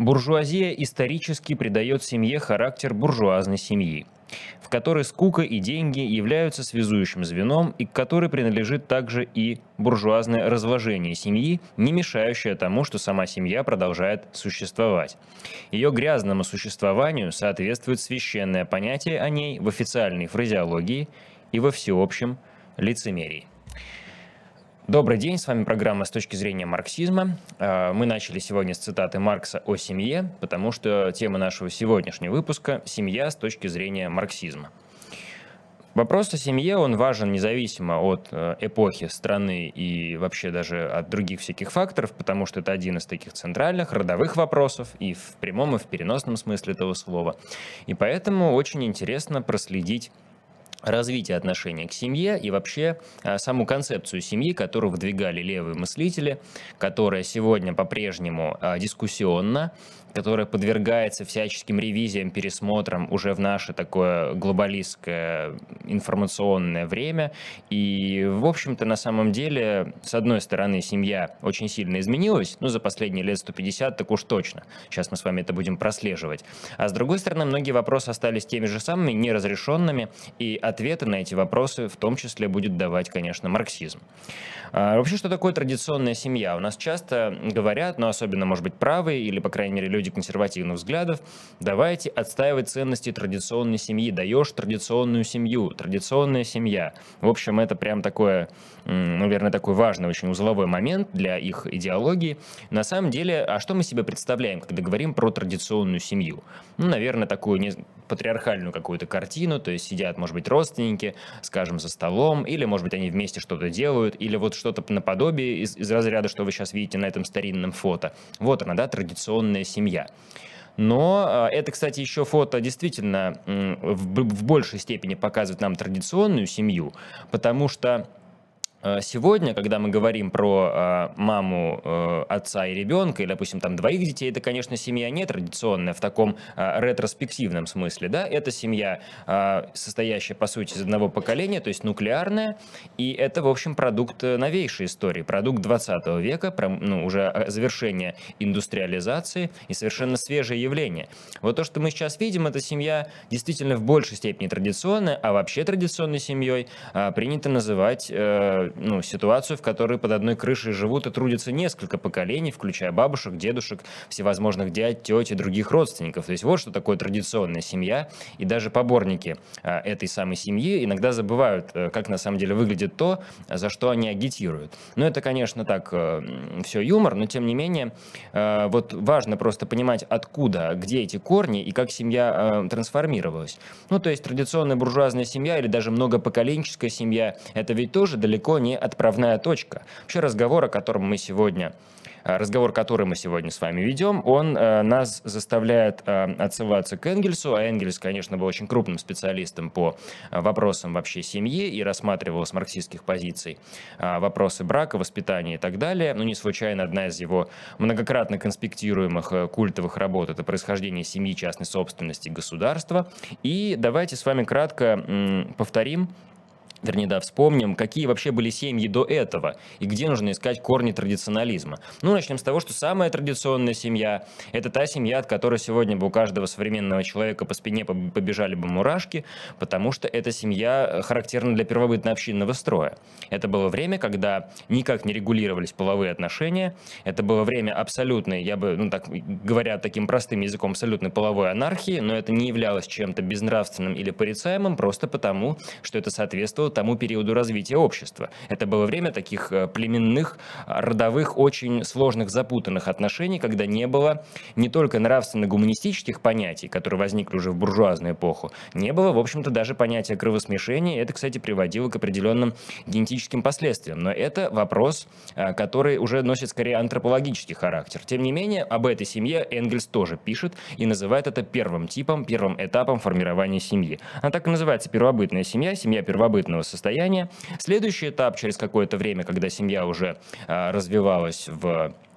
Буржуазия исторически придает семье характер буржуазной семьи, в которой скука и деньги являются связующим звеном и к которой принадлежит также и буржуазное разложение семьи, не мешающее тому, что сама семья продолжает существовать. Ее грязному существованию соответствует священное понятие о ней в официальной фразеологии и во всеобщем лицемерии. Добрый день, с вами программа «С точки зрения марксизма». Мы начали сегодня с цитаты Маркса о семье, потому что тема нашего сегодняшнего выпуска – семья с точки зрения марксизма. Вопрос о семье, он важен независимо от эпохи, страны и вообще даже от других всяких факторов, потому что это один из таких центральных родовых вопросов и в прямом, и в переносном смысле этого слова. И поэтому очень интересно проследить развитие отношения к семье и вообще саму концепцию семьи, которую выдвигали левые мыслители, которая сегодня по-прежнему дискуссионна, которая подвергается всяческим ревизиям, пересмотрам уже в наше такое глобалистское информационное время. И, в общем-то, на самом деле, с одной стороны, семья очень сильно изменилась, за последние лет 150 так уж точно. Сейчас мы с вами это будем прослеживать. А с другой стороны, многие вопросы остались теми же самыми, неразрешенными, и ответы на эти вопросы в том числе будет давать, конечно, марксизм. Вообще, что такое традиционная семья? У нас часто говорят, но особенно, может быть, правые или, по крайней мере, люди консервативных взглядов, давайте отстаивать ценности традиционной семьи, даешь традиционную семью, традиционная семья. В общем, это прям такое, наверное, такой важный, очень узловой момент для их идеологии. На самом деле, а что мы себе представляем, когда говорим про традиционную семью? Наверное, такую патриархальную какую-то картину, то есть сидят, может быть, родственники, скажем, за столом, или, может быть, они вместе что-то делают, или вот что-то наподобие из разряда, что вы сейчас видите на этом старинном фото. Вот она, да, традиционная семья. Но это, кстати, еще фото действительно в большей степени показывает нам традиционную семью, потому что сегодня, когда мы говорим про маму, отца и ребенка, или, допустим, там двоих детей, это, конечно, семья не традиционная в таком ретроспективном смысле, да, это семья, состоящая, по сути, из одного поколения, то есть нуклеарная, и это, в общем, продукт новейшей истории, продукт 20 века, уже завершение индустриализации и совершенно свежее явление. Вот то, что мы сейчас видим, это семья действительно в большей степени традиционная, а вообще традиционной семьей принято называть ситуацию, в которой под одной крышей живут и трудятся несколько поколений, включая бабушек, дедушек, всевозможных дядь, теть и других родственников. То есть вот что такое традиционная семья, и даже поборники этой самой семьи иногда забывают, как на самом деле выглядит то, за что они агитируют. Это, конечно, так, все юмор, но тем не менее, вот важно просто понимать, откуда, где эти корни и как семья трансформировалась. То есть традиционная буржуазная семья или даже многопоколенческая семья, это ведь тоже далеко не отправная точка. Вообще разговор, который мы сегодня с вами ведем, он нас заставляет отсылаться к Энгельсу, а Энгельс, конечно, был очень крупным специалистом по вопросам вообще семьи и рассматривал с марксистских позиций вопросы брака, воспитания и так далее. Не случайно одна из его многократно конспектируемых культовых работ – это «Происхождение семьи, частной собственности, государства». И давайте с вами кратко повторим, вспомним, какие вообще были семьи до этого и где нужно искать корни традиционализма. Начнем с того, что самая традиционная семья – это та семья, от которой сегодня бы у каждого современного человека по спине побежали бы мурашки, потому что эта семья характерна для первобытно-общинного строя. Это было время, когда никак не регулировались половые отношения, это было время абсолютной, я бы, так говоря таким простым языком, абсолютной половой анархии, но это не являлось чем-то безнравственным или порицаемым, просто потому, что это соответствовало тому периоду развития общества. Это было время таких племенных, родовых, очень сложных, запутанных отношений, когда не было не только нравственно-гуманистических понятий, которые возникли уже в буржуазную эпоху, не было, в общем-то, даже понятия кровосмешения. Это, кстати, приводило к определенным генетическим последствиям. Но это вопрос, который уже носит скорее антропологический характер. Тем не менее, об этой семье Энгельс тоже пишет и называет это первым этапом формирования семьи. Она так и называется: первобытная семья, семья первобытного состояния. Следующий этап через какое-то время, когда семья уже развивалась в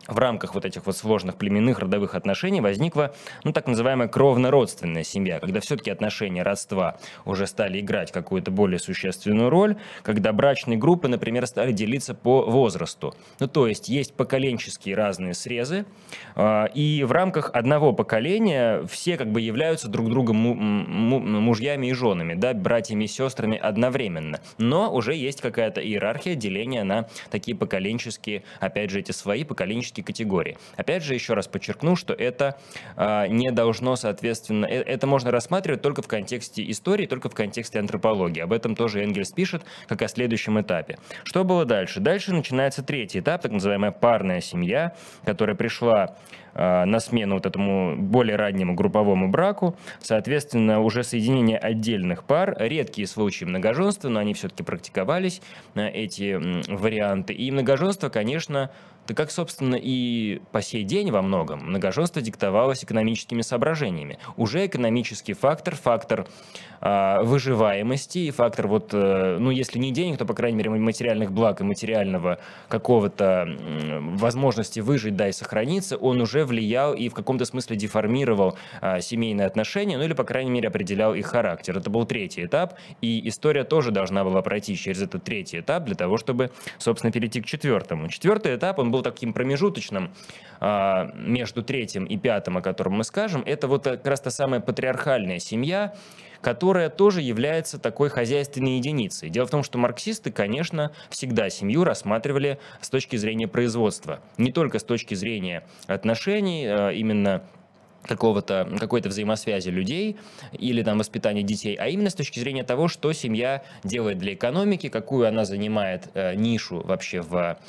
в рамках вот этих вот сложных племенных родовых отношений возникла, ну, так называемая кровно-родственная семья, когда все-таки отношения родства уже стали играть какую-то более существенную роль, когда брачные группы, например, стали делиться по возрасту. Ну, то есть поколенческие разные срезы, и в рамках одного поколения все как бы являются друг другом мужьями и женами, да, братьями и сестрами одновременно. Но уже есть какая-то иерархия, деление на такие поколенческие, опять же, эти свои поколенческие категории. Опять же, еще раз подчеркну, что это не должно, соответственно, это можно рассматривать только в контексте истории, только в контексте антропологии. Об этом тоже Энгельс пишет, как о следующем этапе. Что было дальше? Дальше начинается третий этап, так называемая парная семья, которая пришла на смену вот этому более раннему групповому браку. Соответственно, уже соединение отдельных пар, редкие случаи многоженства, но они все-таки практиковались, эти варианты. И многоженство, конечно, да как, собственно, и по сей день во многом, многоженство диктовалось экономическими соображениями. Уже экономический фактор, фактор выживаемости и фактор, вот, ну, если не денег, то, по крайней мере, материальных благ и материального какого-то возможности выжить, да, и сохраниться, он уже влиял и в каком-то смысле деформировал семейные отношения, ну, или, по крайней мере, определял их характер. Это был третий этап, и история тоже должна была пройти через этот третий этап для того, чтобы, собственно, перейти к четвертому. Четвертый этап, он был таким промежуточным между третьим и пятым, о котором мы скажем. Это вот как раз та самая патриархальная семья, которая тоже является такой хозяйственной единицей. Дело в том, что марксисты, конечно, всегда семью рассматривали с точки зрения производства, не только с точки зрения отношений, именно какой-то взаимосвязи людей или там воспитания детей, а именно с точки зрения того, что семья делает для экономики, какую она занимает нишу вообще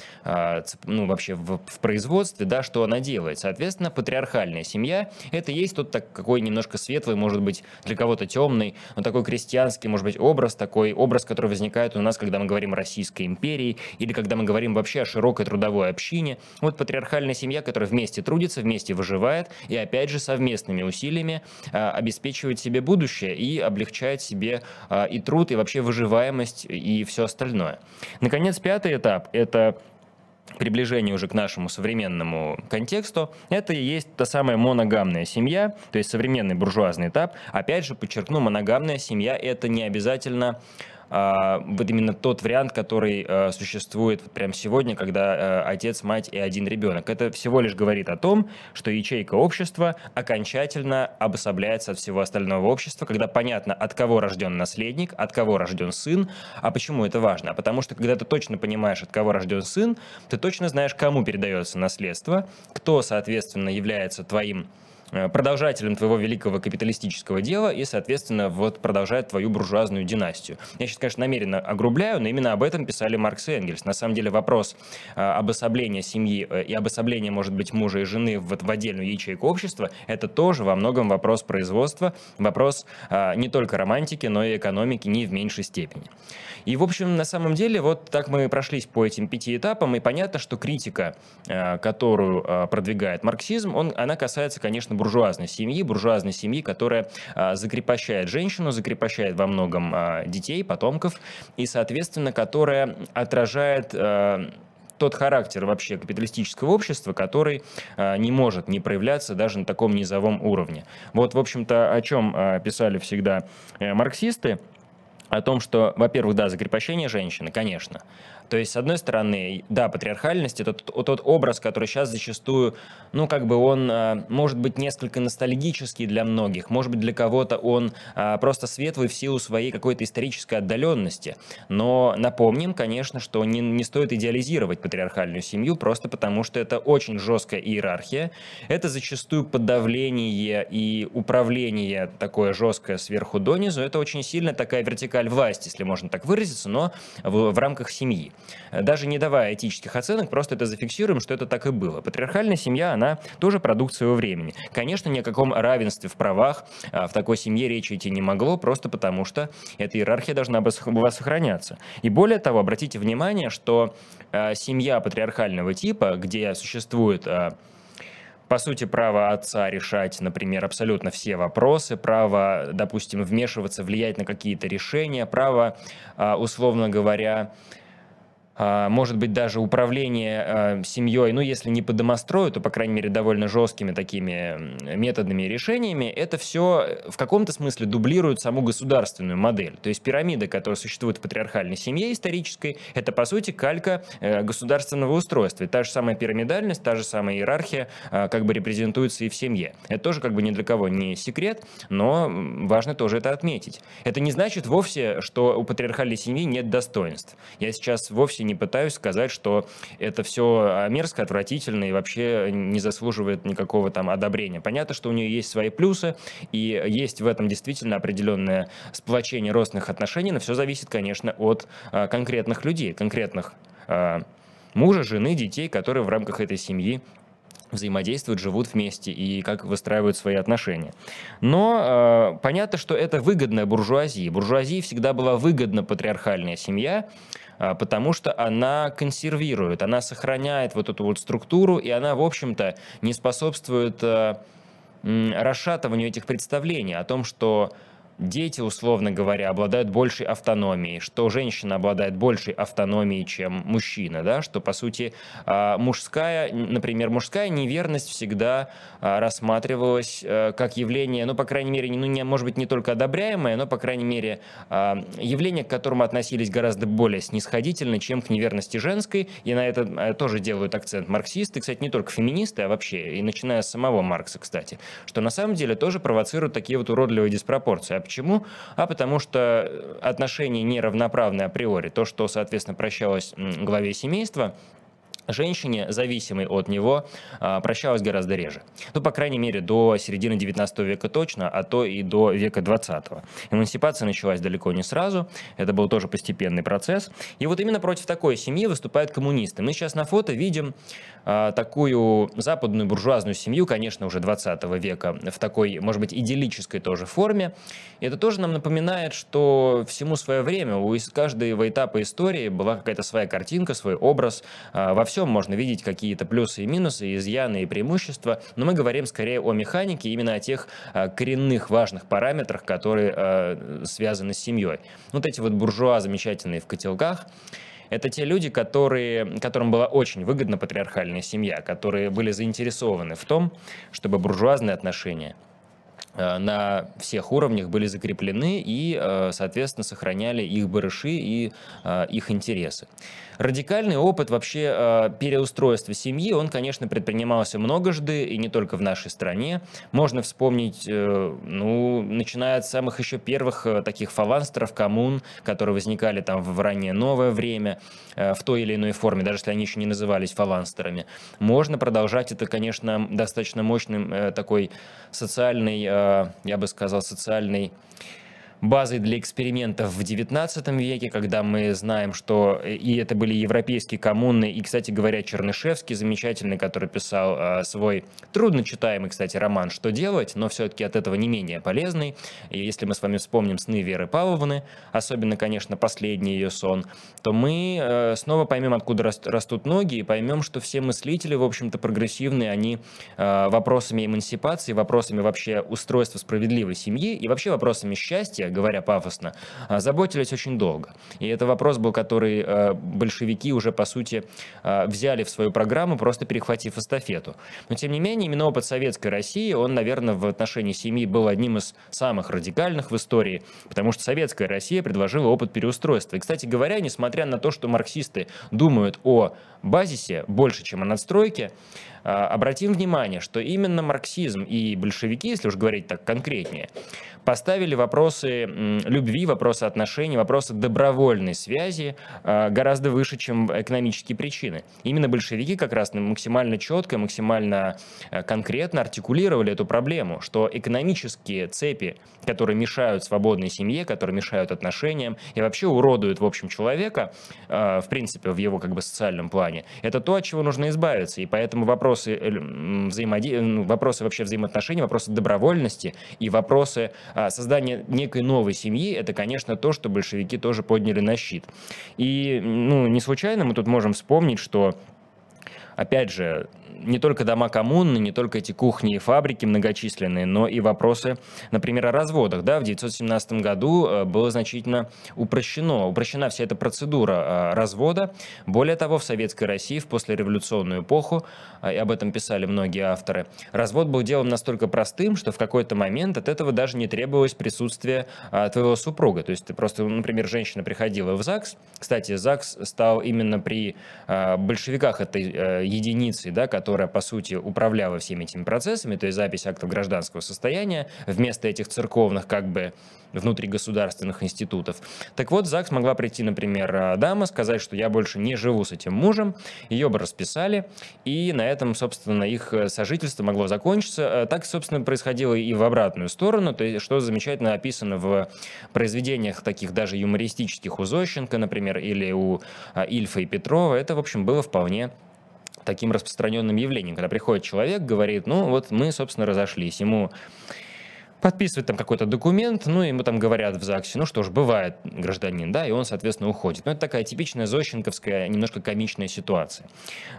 в производстве, да, что она делает. Соответственно, патриархальная семья — это есть тот какой немножко светлый, может быть, для кого-то темный, но такой крестьянский, может быть, образ, такой образ, который возникает у нас, когда мы говорим о Российской империи или когда мы говорим вообще о широкой трудовой общине. Вот патриархальная семья, которая вместе трудится, вместе выживает и, опять же, совместными усилиями обеспечивает себе будущее и облегчает себе и труд, и вообще выживаемость, и все остальное. Наконец, пятый этап — это приближение уже к нашему современному контексту, это и есть та самая моногамная семья, то есть современный буржуазный этап. Опять же, подчеркну, моногамная семья — это не обязательно вот именно тот вариант, который существует прямо сегодня, когда отец, мать и один ребенок. Это всего лишь говорит о том, что ячейка общества окончательно обособляется от всего остального общества, когда понятно, от кого рожден наследник, от кого рожден сын. А почему это важно? Потому что когда ты точно понимаешь, от кого рожден сын, ты точно знаешь, кому передается наследство, кто, соответственно, является твоим продолжателем твоего великого капиталистического дела и, соответственно, вот продолжает твою буржуазную династию. Я сейчас, конечно, намеренно огрубляю, но именно об этом писали Маркс и Энгельс. На самом деле вопрос обособления семьи и обособления, может быть, мужа и жены в отдельную ячейку общества — это тоже во многом вопрос производства, вопрос не только романтики, но и экономики не в меньшей степени. И, в общем, на самом деле, вот так мы прошлись по этим 5 этапам, и понятно, что критика, которую продвигает марксизм, она касается, конечно, буржуазной семьи, которая закрепощает женщину, закрепощает во многом детей, потомков, и, соответственно, которая отражает тот характер вообще капиталистического общества, который не может не проявляться даже на таком низовом уровне. Вот, в общем-то, о чем писали всегда марксисты. О том, что, во-первых, да, закрепощение женщины, конечно. То есть, с одной стороны, да, патриархальность — это тот образ, который сейчас зачастую, ну, как бы он может быть несколько ностальгический для многих, может быть, для кого-то он просто светлый в силу своей какой-то исторической отдаленности. Но напомним, конечно, что не стоит идеализировать патриархальную семью, просто потому что это очень жесткая иерархия, это зачастую подавление и управление такое жесткое сверху донизу, это очень сильно такая вертикаль власти, если можно так выразиться, но в рамках семьи. Даже не давая этических оценок, просто это зафиксируем, что это так и было. Патриархальная семья, она тоже продукт своего времени. Конечно, ни о каком равенстве в правах в такой семье речи идти не могло, просто потому что эта иерархия должна была сохраняться. И более того, обратите внимание, что семья патриархального типа, где существует по сути, право отца решать, например, абсолютно все вопросы, право, допустим, вмешиваться, влиять на какие-то решения, право, условно говоря, может быть, даже управление семьей, ну, если не по домострою, то, по крайней мере, довольно жесткими такими методами и решениями, это все в каком-то смысле дублирует саму государственную модель. То есть пирамида, которая существует в патриархальной семье исторической, это, по сути, калька государственного устройства. И та же самая пирамидальность, та же самая иерархия как бы репрезентуется и в семье. Это тоже как бы ни для кого не секрет, но важно тоже это отметить. Это не значит вовсе, что у патриархальной семьи нет достоинств. Я сейчас вовсе не пытаюсь сказать, что это все мерзко, отвратительно и вообще не заслуживает никакого там одобрения. Понятно, что у нее есть свои плюсы, и есть в этом действительно определенное сплочение родственных отношений, но все зависит, конечно, от конкретных людей, конкретных мужа, жены, детей, которые в рамках этой семьи взаимодействуют, живут вместе и как выстраивают свои отношения. Но понятно, что это выгодная буржуазии. Буржуазии всегда была выгодна патриархальная семья, потому что она консервирует, она сохраняет вот эту вот структуру, и она, в общем-то, не способствует расшатыванию этих представлений о том, что дети, условно говоря, обладают большей автономией, что женщина обладает большей автономией, чем мужчина, да, что, по сути, мужская неверность всегда рассматривалась как явление, ну, по крайней мере, может быть, не только одобряемое, но, по крайней мере, явление, к которому относились гораздо более снисходительно, чем к неверности женской, и на это тоже делают акцент марксисты, кстати, не только феминисты, а вообще, и начиная с самого Маркса, кстати, что на самом деле тоже провоцируют такие вот уродливые диспропорции. Почему? Потому что отношения неравноправны априори. То, что, соответственно, прощалось главе семейства, женщине, зависимой от него, прощалось гораздо реже. Ну, по крайней мере, до середины 19 века точно, а то и до века 20-го. Эмансипация началась далеко не сразу, это был тоже постепенный процесс. И вот именно против такой семьи выступают коммунисты. Мы сейчас на фото видим такую западную буржуазную семью, конечно, уже 20 века, в такой, может быть, идиллической тоже форме. И это тоже нам напоминает, что всему свое время, у каждого этапа истории была какая-то своя картинка, свой образ. Во всем можно видеть какие-то плюсы и минусы, изъяны и преимущества, но мы говорим скорее о механике, именно о тех коренных важных параметрах, которые связаны с семьей. Вот эти вот буржуа замечательные в котелках, это те люди, которым была очень выгодна патриархальная семья, которые были заинтересованы в том, чтобы буржуазные отношения на всех уровнях были закреплены и, соответственно, сохраняли их барыши и их интересы. Радикальный опыт вообще переустройства семьи, он, конечно, предпринимался многожды, и не только в нашей стране. Можно вспомнить, начиная от самых еще первых таких фаланстеров, коммун, которые возникали там в раннее новое время, в той или иной форме, даже если они еще не назывались фаланстерами. Можно продолжать это, конечно, достаточно мощным такой социальной, я бы сказал, социальной базой для экспериментов в XIX веке, когда мы знаем, что и это были европейские коммуны, и, кстати говоря, Чернышевский замечательный, который писал свой трудночитаемый, кстати, роман «Что делать?», но все-таки от этого не менее полезный. И если мы с вами вспомним сны Веры Павловны, особенно, конечно, последний ее сон, то мы снова поймем, откуда растут ноги, и поймем, что все мыслители, в общем-то, прогрессивные, они вопросами эмансипации, вопросами вообще устройства справедливой семьи и вообще вопросами счастья, говоря пафосно, заботились очень долго. И это вопрос был, который большевики уже, по сути, взяли в свою программу, просто перехватив эстафету. Но, тем не менее, именно опыт советской России, он, наверное, в отношении семьи был одним из самых радикальных в истории, потому что советская Россия предложила опыт переустройства. И, кстати говоря, несмотря на то, что марксисты думают о базисе больше, чем о надстройке, обратим внимание, что именно марксизм и большевики, если уж говорить так конкретнее, поставили вопросы любви, вопросы отношений, вопросы добровольной связи гораздо выше, чем экономические причины. Именно большевики как раз максимально четко, максимально конкретно артикулировали эту проблему, что экономические цепи, которые мешают свободной семье, которые мешают отношениям и вообще уродуют, в общем, человека, в принципе, в его как бы социальном плане, это то, от чего нужно избавиться. И поэтому вопросы вообще взаимоотношений, вопросы добровольности и вопросы создания некой новой семьи, это, конечно, то, что большевики тоже подняли на щит. И не случайно мы тут можем вспомнить, что опять же, не только дома коммуны, не только эти кухни и фабрики многочисленные, но и вопросы, например, о разводах. Да, в 1917 году было значительно упрощена вся эта процедура развода. Более того, в Советской России в послереволюционную эпоху, и об этом писали многие авторы, развод был делом настолько простым, что в какой-то момент от этого даже не требовалось присутствия твоего супруга. То есть ты просто, например, женщина приходила в ЗАГС. Кстати, ЗАГС стал именно при большевиках этой единицей, да, которая, по сути, управляла всеми этими процессами, то есть запись актов гражданского состояния вместо этих церковных, как бы, внутригосударственных институтов. Так вот, в ЗАГС могла прийти, например, дама, сказать, что я больше не живу с этим мужем, ее бы расписали, и на этом, собственно, их сожительство могло закончиться. Так, собственно, происходило и в обратную сторону, то есть, что замечательно описано в произведениях таких даже юмористических у Зощенко, например, или у Ильфа и Петрова. Это, в общем, было вполне таким распространенным явлением, когда приходит человек, говорит, ну вот мы, собственно, разошлись, ему подписывает там какой-то документ, ну, ему там говорят в ЗАГСе, ну что ж, бывает, гражданин, да, и он, соответственно, уходит. Ну, это такая типичная зощенковская, немножко комичная ситуация.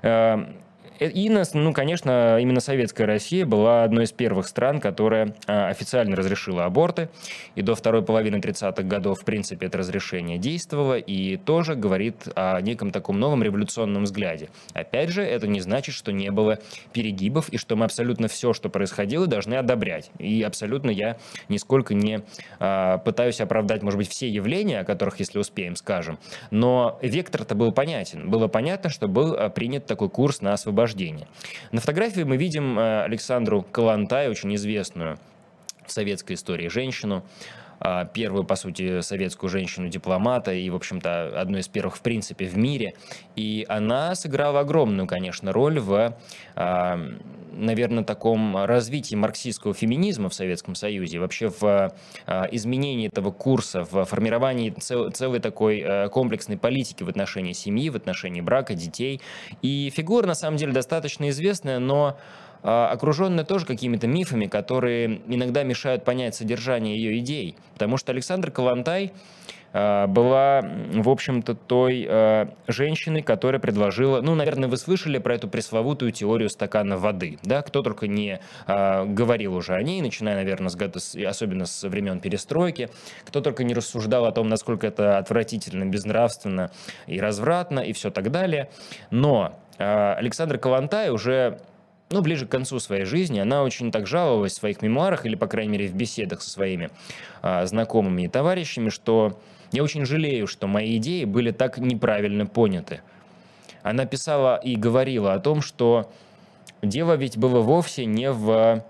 И, ну, конечно, именно Советская Россия была одной из первых стран, которая официально разрешила аборты, и до второй половины 30-х годов, в принципе, это разрешение действовало, и тоже говорит о неком таком новом революционном взгляде. Опять же, это не значит, что не было перегибов, и что мы абсолютно все, что происходило, должны одобрять. И абсолютно я нисколько не пытаюсь оправдать, может быть, все явления, о которых, если успеем, скажем, но вектор-то был понятен. Было понятно, что был принят такой курс на освобождение. На фотографии мы видим Александру Калантай, очень известную в советской истории женщину, первую, по сути, советскую женщину-дипломата и, в общем-то, одну из первых, в принципе, в мире. И она сыграла огромную, конечно, роль в, наверное, таком развитии марксистского феминизма в Советском Союзе, вообще в изменении этого курса, в формировании целой такой комплексной политики в отношении семьи, в отношении брака, детей. И фигура, на самом деле, достаточно известная, но окруженная тоже какими-то мифами, которые иногда мешают понять содержание ее идей. Потому что Александра Калантай была, в общем-то, той женщиной, которая предложила, ну, наверное, вы слышали про эту пресловутую теорию стакана воды, да, кто только не говорил уже о ней, начиная, наверное, особенно с времен перестройки, кто только не рассуждал о том, насколько это отвратительно, безнравственно и развратно, и все так далее. Но Александра Калантай уже ближе к концу своей жизни, она очень так жаловалась в своих мемуарах, или, по крайней мере, в беседах со своими знакомыми и товарищами, что я очень жалею, что мои идеи были так неправильно поняты. Она писала и говорила о том, что дело ведь было вовсе не в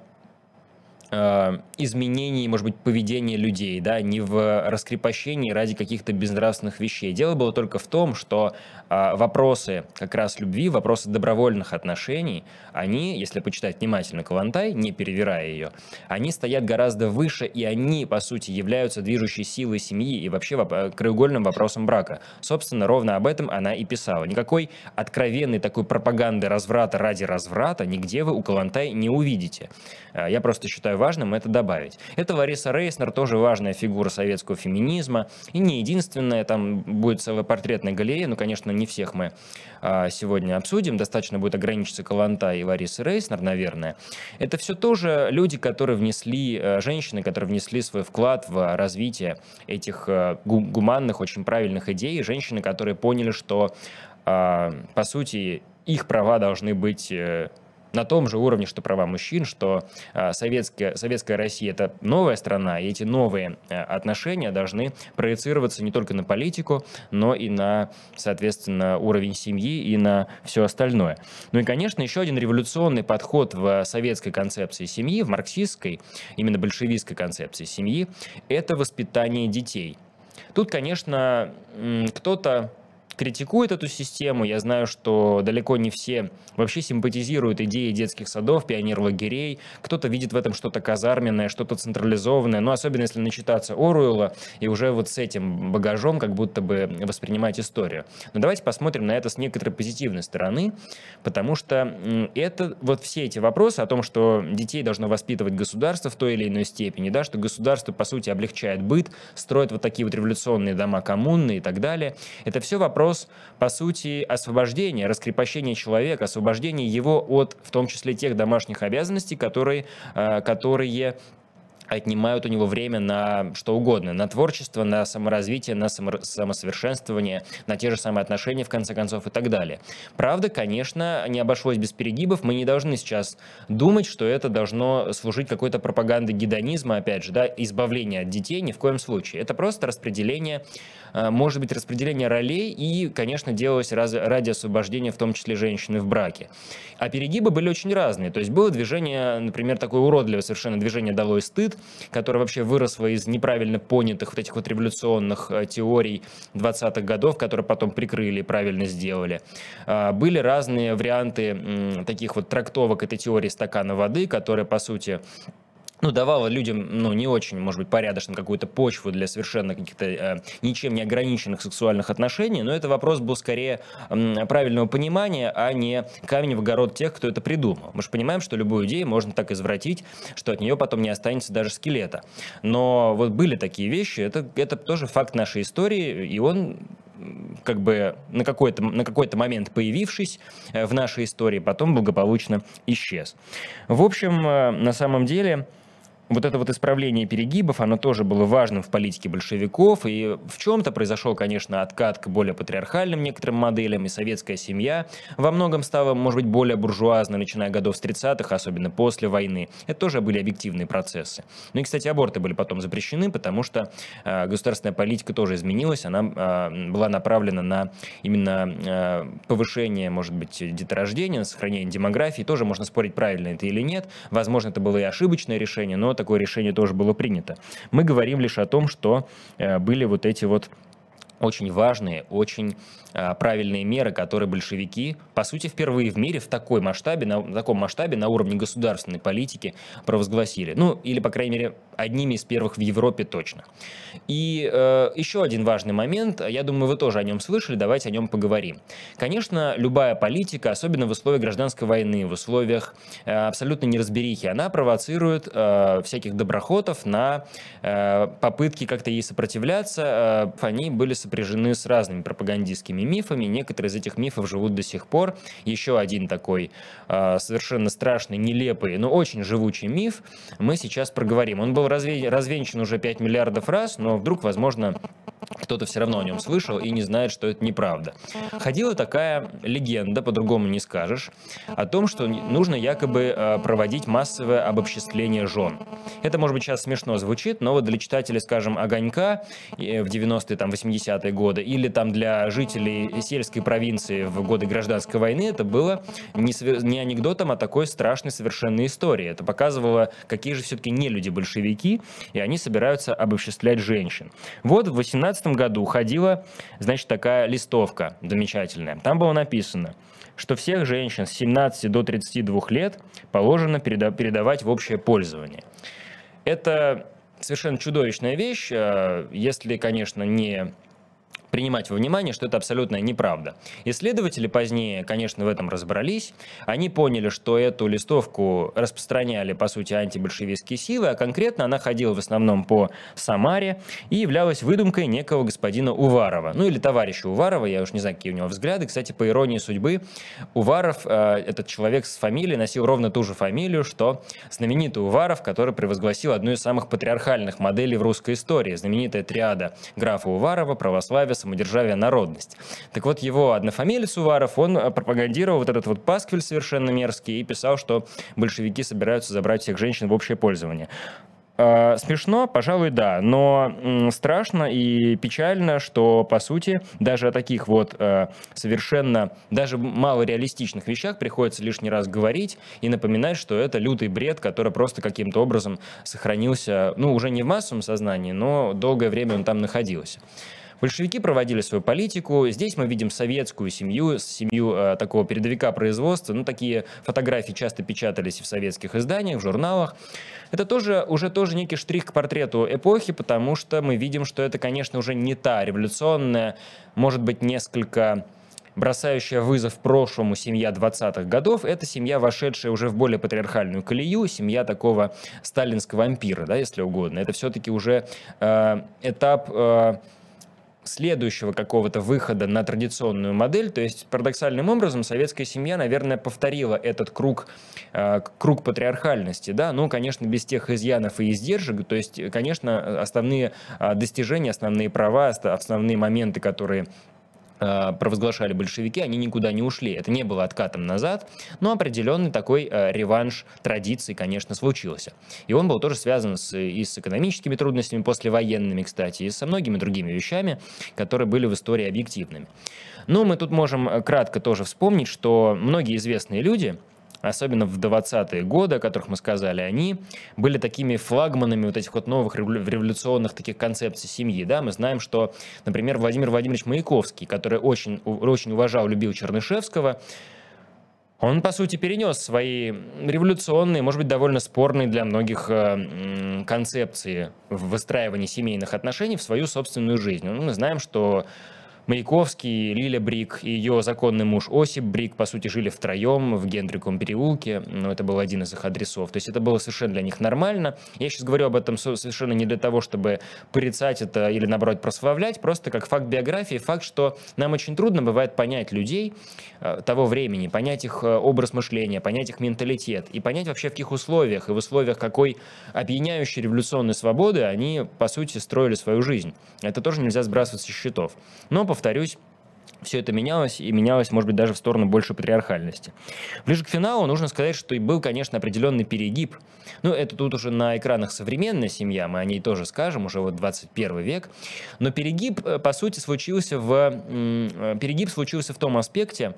изменении, может быть, поведения людей, да, не в раскрепощении ради каких-то безнравственных вещей. Дело было только в том, что вопросы как раз любви, вопросы добровольных отношений, они, если почитать внимательно Калантай, не перевирая ее, они стоят гораздо выше, и они, по сути, являются движущей силой семьи и вообще краеугольным вопросом брака. Собственно, ровно об этом она и писала. Никакой откровенной такой пропаганды разврата ради разврата нигде вы у Калантай не увидите. Я просто считаю важным это добавить. Это Лариса Рейснер, тоже важная фигура советского феминизма, и не единственная, там будет целая портретная галерея, но, конечно, не всех мы сегодня обсудим, достаточно будет ограничиться Калантай и Ларисой Рейснер, наверное. Это все тоже люди, которые внесли, женщины, которые внесли свой вклад в развитие этих гуманных, очень правильных идей, женщины, которые поняли, что, по сути, их права должны быть на том же уровне, что права мужчин, что советская Россия – это новая страна, и эти новые отношения должны проецироваться не только на политику, но и на, соответственно, уровень семьи и на все остальное. Ну и, конечно, еще один революционный подход в советской концепции семьи, в марксистской, именно большевистской концепции семьи – это воспитание детей. Тут, конечно, кто-то критикует эту систему. Я знаю, что далеко не все вообще симпатизируют идеи детских садов, пионерлагерей. Кто-то видит в этом что-то казарменное, что-то централизованное. Но особенно если начитаться Оруэлла и уже вот с этим багажом как будто бы воспринимать историю. Но давайте посмотрим на это с некоторой позитивной стороны, потому что это вот все эти вопросы о том, что детей должно воспитывать государство в той или иной степени, да, что государство, по сути, облегчает быт, строит вот такие вот революционные дома коммуны и так далее. Это все вопросы вопрос, по сути, освобождения, раскрепощения человека, освобождения его от, в том числе, тех домашних обязанностей, которые отнимают у него время на что угодно, на творчество, на саморазвитие, на самосовершенствование, на те же самые отношения, в конце концов, и так далее. Правда, конечно, не обошлось без перегибов. Мы не должны сейчас думать, что это должно служить какой-то пропагандой гедонизма, опять же, да, избавления от детей, ни в коем случае. Это просто распределение, может быть, распределение ролей и, конечно, делалось ради освобождения, в том числе, женщины в браке. А перегибы были очень разные. То есть было движение, например, такое уродливое совершенно движение «Долой стыд», которое вообще выросло из неправильно понятых вот этих вот революционных теорий 20-х годов, которые потом прикрыли и правильно сделали. Были разные варианты таких вот трактовок этой теории стакана воды, которая, по сути, давала людям, не очень, может быть, порядочно какую-то почву для совершенно каких-то ничем не ограниченных сексуальных отношений, но это вопрос был скорее правильного понимания, а не камень в огород тех, кто это придумал. Мы же понимаем, что любую идею можно так извратить, что от нее потом не останется даже скелета. Но вот были такие вещи, это тоже факт нашей истории, и он как бы на какой-то момент появившись в нашей истории, потом благополучно исчез. В общем, на самом деле, вот это вот исправление перегибов, оно тоже было важным в политике большевиков, и в чем-то произошел, конечно, откат к более патриархальным некоторым моделям, и советская семья во многом стала, может быть, более буржуазной, начиная годов с 30-х, особенно после войны. Это тоже были объективные процессы. Ну и, кстати, аборты были потом запрещены, потому что государственная политика тоже изменилась, она была направлена на именно повышение, может быть, деторождения, на сохранение демографии. Тоже можно спорить, правильно это или нет. Возможно, это было и ошибочное решение, но такое решение тоже было принято. Мы говорим лишь о том, что были вот эти вот очень важные, очень правильные меры, которые большевики, по сути, впервые в мире в таком масштабе, на уровне государственной политики провозгласили. Или, по крайней мере, одними из первых в Европе точно. И еще один важный момент, я думаю, вы тоже о нем слышали, давайте о нем поговорим. Конечно, любая политика, особенно в условиях гражданской войны, в условиях абсолютной неразберихи, она провоцирует всяких доброхотов на попытки как-то ей сопротивляться. Они были сопряжены с разными пропагандистскими мифами, некоторые из этих мифов живут до сих пор. Еще один такой совершенно страшный, нелепый, но очень живучий миф мы сейчас проговорим. Он был развенчан уже 5 миллиардов раз, но вдруг, возможно, кто-то все равно о нем слышал и не знает, что это неправда. Ходила такая легенда, по-другому не скажешь, о том, что нужно якобы проводить массовое обобществление жен. Это, может быть, сейчас смешно звучит, но вот для читателей, скажем, «Огонька» в 90-е, 80-е годы, или там для жителей сельской провинции в годы гражданской войны, это было не анекдотом, а такой страшной совершенно историей. Это показывало, какие же все-таки нелюди большевики, и они собираются обобществлять женщин. Вот в 18 году ходила, значит, такая листовка замечательная. Там было написано, что всех женщин с 17 до 32 лет положено передавать в общее пользование. Это совершенно чудовищная вещь, если, конечно, не принимать во внимание, что это абсолютная неправда. Исследователи позднее, конечно, в этом разобрались. Они поняли, что эту листовку распространяли, по сути, антибольшевистские силы, а конкретно она ходила в основном по Самаре и являлась выдумкой некого господина Уварова. Или товарища Уварова, я уж не знаю, какие у него взгляды. Кстати, по иронии судьбы, Уваров, этот человек с фамилией, носил ровно ту же фамилию, что знаменитый Уваров, который провозгласил одну из самых патриархальных моделей в русской истории. Знаменитая триада графа Уварова, православие, самодержавие, народность. Так вот, его однофамилец Уваров, он пропагандировал вот этот вот пасквиль совершенно мерзкий и писал, что большевики собираются забрать всех женщин в общее пользование. Смешно, пожалуй, да, но страшно и печально, что, по сути, даже о таких вот совершенно, даже малореалистичных вещах приходится лишний раз говорить и напоминать, что это лютый бред, который просто каким-то образом сохранился, уже не в массовом сознании, но долгое время он там находился. Большевики проводили свою политику. Здесь мы видим советскую семью, такого передовика производства. Такие фотографии часто печатались и в советских изданиях, в журналах. Это уже некий штрих к портрету эпохи, потому что мы видим, что это, конечно, уже не та революционная, может быть, несколько бросающая вызов прошлому семья 20-х годов. Это семья, вошедшая уже в более патриархальную колею, семья такого сталинского ампира, если угодно. Это все-таки уже этап следующего какого-то выхода на традиционную модель. То есть парадоксальным образом советская семья, наверное, повторила этот круг патриархальности, да, ну, конечно, без тех изъянов и издержек. То есть, конечно, основные достижения, основные права, основные моменты, которые провозглашали большевики, они никуда не ушли. Это не было откатом назад, но определенный такой реванш традиций, конечно, случился. И он был тоже связан и с экономическими трудностями послевоенными, кстати, и со многими другими вещами, которые были в истории объективными. Но мы тут можем кратко тоже вспомнить, что многие известные люди, особенно в 20-е годы, о которых мы сказали, они были такими флагманами вот этих вот новых революционных таких концепций семьи. Да? Мы знаем, что, например, Владимир Владимирович Маяковский, который очень, очень уважал, любил Чернышевского, он, по сути, перенес свои революционные, может быть, довольно спорные для многих концепции в выстраивании семейных отношений в свою собственную жизнь. Мы знаем, что Маяковский, Лиля Брик и ее законный муж Осип Брик, по сути, жили втроем в Гендриковом переулке, но это был один из их адресов. То есть это было совершенно для них нормально. Я сейчас говорю об этом совершенно не для того, чтобы порицать это или, наоборот, прославлять, просто как факт биографии, факт, что нам очень трудно бывает понять людей того времени, понять их образ мышления, понять их менталитет и понять вообще в каких условиях и в условиях какой опьяняющей революционной свободы они, по сути, строили свою жизнь. Это тоже нельзя сбрасывать со счетов. Но, повторюсь, все это менялось, и менялось, может быть, даже в сторону большей патриархальности. Ближе к финалу нужно сказать, что и был, конечно, определенный перегиб. Ну, это тут уже на экранах современная семья, мы о ней тоже скажем, уже вот 21 век. Но перегиб, по сути, случился в том аспекте,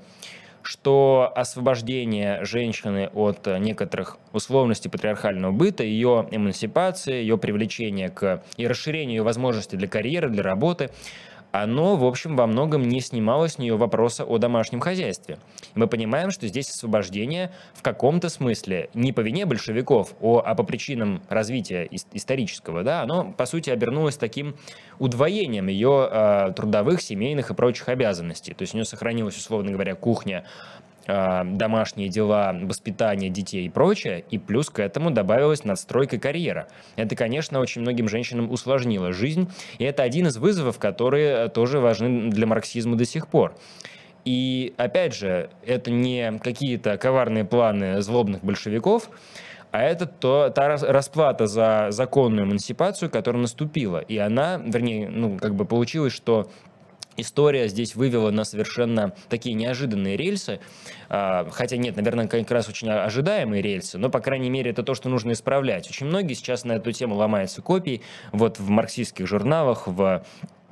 что освобождение женщины от некоторых условностей патриархального быта, ее эмансипация, ее привлечение и расширение ее возможностей для карьеры, для работы, оно, в общем, во многом не снимало с нее вопроса о домашнем хозяйстве. И мы понимаем, что здесь освобождение в каком-то смысле не по вине большевиков, а по причинам развития исторического, да, оно, по сути, обернулось таким удвоением ее трудовых, семейных и прочих обязанностей. То есть у нее сохранилась, условно говоря, кухня, домашние дела, воспитание детей и прочее, и плюс к этому добавилась надстройка карьера. Это, конечно, очень многим женщинам усложнило жизнь, и это один из вызовов, которые тоже важны для марксизма до сих пор. И, опять же, это не какие-то коварные планы злобных большевиков, а это та расплата за законную эмансипацию, которая наступила. И она, вернее, получилось, что история здесь вывела на совершенно такие неожиданные рельсы, хотя нет, наверное, как раз очень ожидаемые рельсы, но, по крайней мере, это то, что нужно исправлять. Очень многие сейчас на эту тему ломаются копии, вот в марксистских журналах, в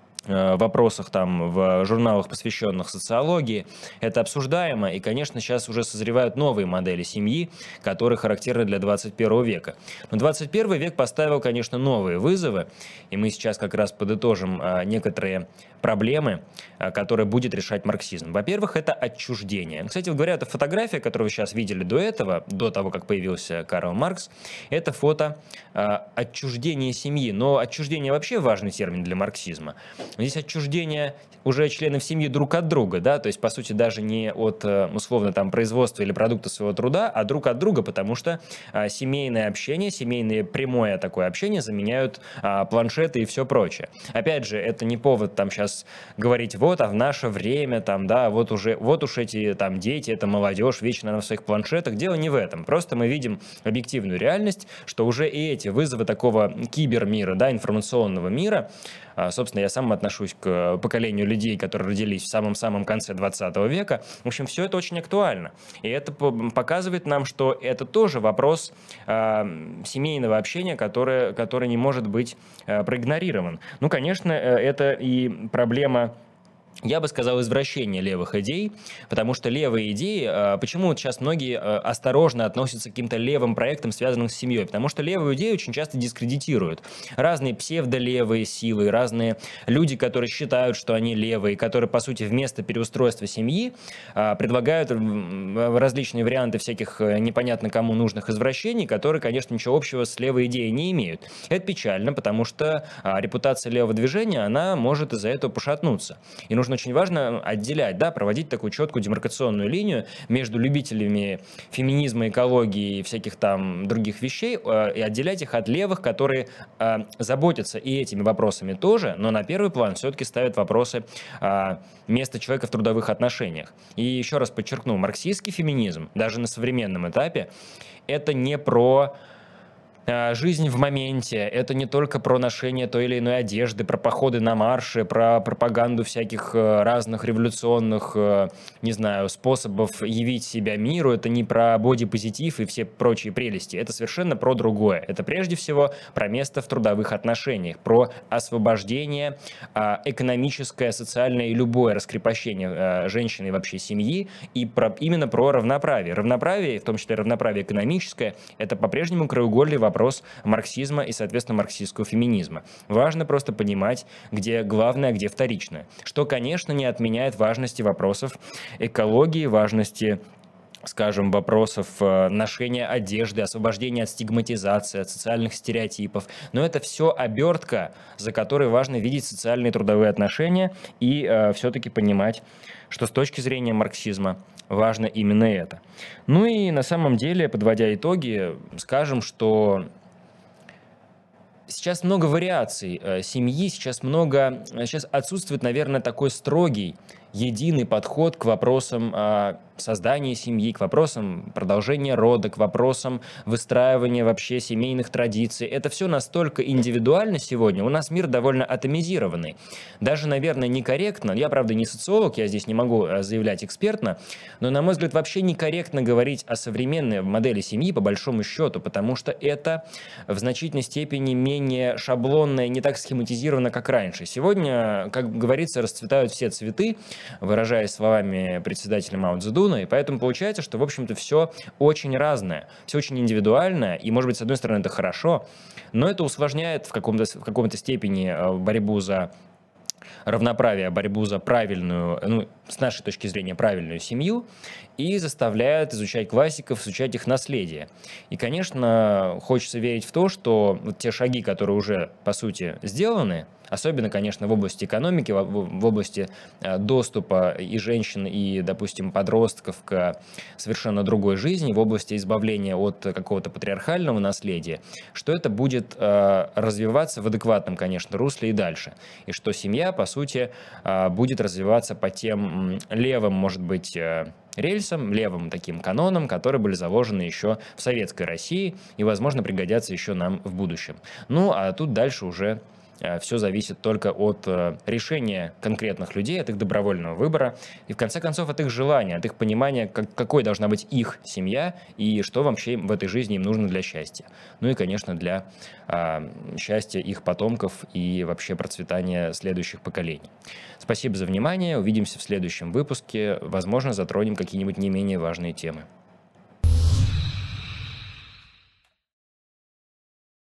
вопросах там в журналах, посвященных социологии, это обсуждаемо, и, конечно, сейчас уже созревают новые модели семьи, которые характерны для 21 века. Но 21 век поставил, конечно, новые вызовы, и мы сейчас как раз подытожим некоторые проблемы, которые будет решать марксизм. Во-первых, это отчуждение. Кстати говоря, эта фотография, которую вы сейчас видели до того, как появился Карл Маркс, это фото отчуждения семьи. Но отчуждение вообще важный термин для марксизма. Здесь отчуждение уже членов семьи друг от друга, да, то есть, по сути, даже не от, условно, там, производства или продукта своего труда, а друг от друга, потому что семейное общение, семейное прямое такое общение заменяют планшеты и все прочее. Опять же, это не повод там сейчас говорить, вот, а в наше время, там, да, вот уж эти там дети, это молодежь, вечно на своих планшетах. Дело не в этом. Просто мы видим объективную реальность, что уже и эти вызовы такого кибермира, да, информационного мира, собственно, я сам отношусь к поколению людей, которые родились в самом-самом конце 20 века. В общем, все это очень актуально. И это показывает нам, что это тоже вопрос семейного общения, который не может быть проигнорирован. Ну, конечно, это и проблема, я бы сказал, извращение левых идей, потому что левые идеи, почему сейчас многие осторожно относятся к каким-то левым проектам, связанным с семьей, потому что левые идеи очень часто дискредитируют. Разные псевдолевые силы, разные люди, которые считают, что они левые, которые, по сути, вместо переустройства семьи предлагают различные варианты всяких непонятно кому нужных извращений, которые, конечно, ничего общего с левой идеей не имеют. Это печально, потому что репутация левого движения, она может из-за этого пошатнуться. И нужно нужно очень важно отделять, да, проводить такую четкую демаркационную линию между любителями феминизма, экологии и всяких там других вещей, и отделять их от левых, которые заботятся и этими вопросами тоже, но на первый план все-таки ставят вопросы места человека в трудовых отношениях. И еще раз подчеркну, марксистский феминизм, даже на современном этапе, это не про жизнь в моменте, это не только про ношение той или иной одежды, про походы на марши, про пропаганду всяких разных революционных, не знаю, способов явить себя миру, это не про бодипозитив и все прочие прелести, это совершенно про другое. Это прежде всего про место в трудовых отношениях, про освобождение, экономическое, социальное и любое раскрепощение женщины и вообще семьи, и именно про равноправие. Равноправие, в том числе равноправие экономическое, это по-прежнему краеугольный вопрос марксизма и, соответственно, марксистского феминизма. Важно просто понимать, где главное, а где вторичное. Что, конечно, не отменяет важности вопросов экологии, важности, скажем, вопросов ношения одежды, освобождения от стигматизации, от социальных стереотипов. Но это все обертка, за которой важно видеть социальные и трудовые отношения и все-таки понимать, что с точки зрения марксизма важно именно это. Ну и на самом деле, подводя итоги, скажем, что сейчас много вариаций семьи, сейчас отсутствует, наверное, такой строгий, единый подход к вопросам создания семьи, к вопросам продолжения рода, к вопросам выстраивания вообще семейных традиций. Это все настолько индивидуально сегодня. У нас мир довольно атомизированный. Даже, наверное, некорректно, я, правда, не социолог, я здесь не могу заявлять экспертно, но, на мой взгляд, вообще некорректно говорить о современной модели семьи по большому счету, потому что это в значительной степени менее шаблонно и не так схематизировано, как раньше. Сегодня, как говорится, расцветают все цветы, выражаясь словами председателя Мао Цзэдуна, и поэтому получается, что, в общем-то, все очень разное, все очень индивидуальное, и, может быть, с одной стороны, это хорошо, но это усложняет в каком-то степени борьбу за равноправие, борьбу за правильную, ну, с нашей точки зрения, правильную семью, и заставляет изучать классиков, изучать их наследие. И, конечно, хочется верить в то, что вот те шаги, которые уже, по сути, сделаны, особенно, конечно, в области экономики, в области доступа и женщин, и, допустим, подростков к совершенно другой жизни, в области избавления от какого-то патриархального наследия, что это будет развиваться в адекватном, конечно, русле и дальше. И что семья, по сути, будет развиваться по тем левым, может быть, рельсам, левым таким канонам, которые были заложены еще в Советской России и, возможно, пригодятся еще нам в будущем. Ну, а тут дальше уже все зависит только от решения конкретных людей, от их добровольного выбора и, в конце концов, от их желания, от их понимания, какой должна быть их семья и что вообще в этой жизни им нужно для счастья. Ну и, конечно, для счастья их потомков и вообще процветания следующих поколений. Спасибо за внимание. Увидимся в следующем выпуске. Возможно, затронем какие-нибудь не менее важные темы.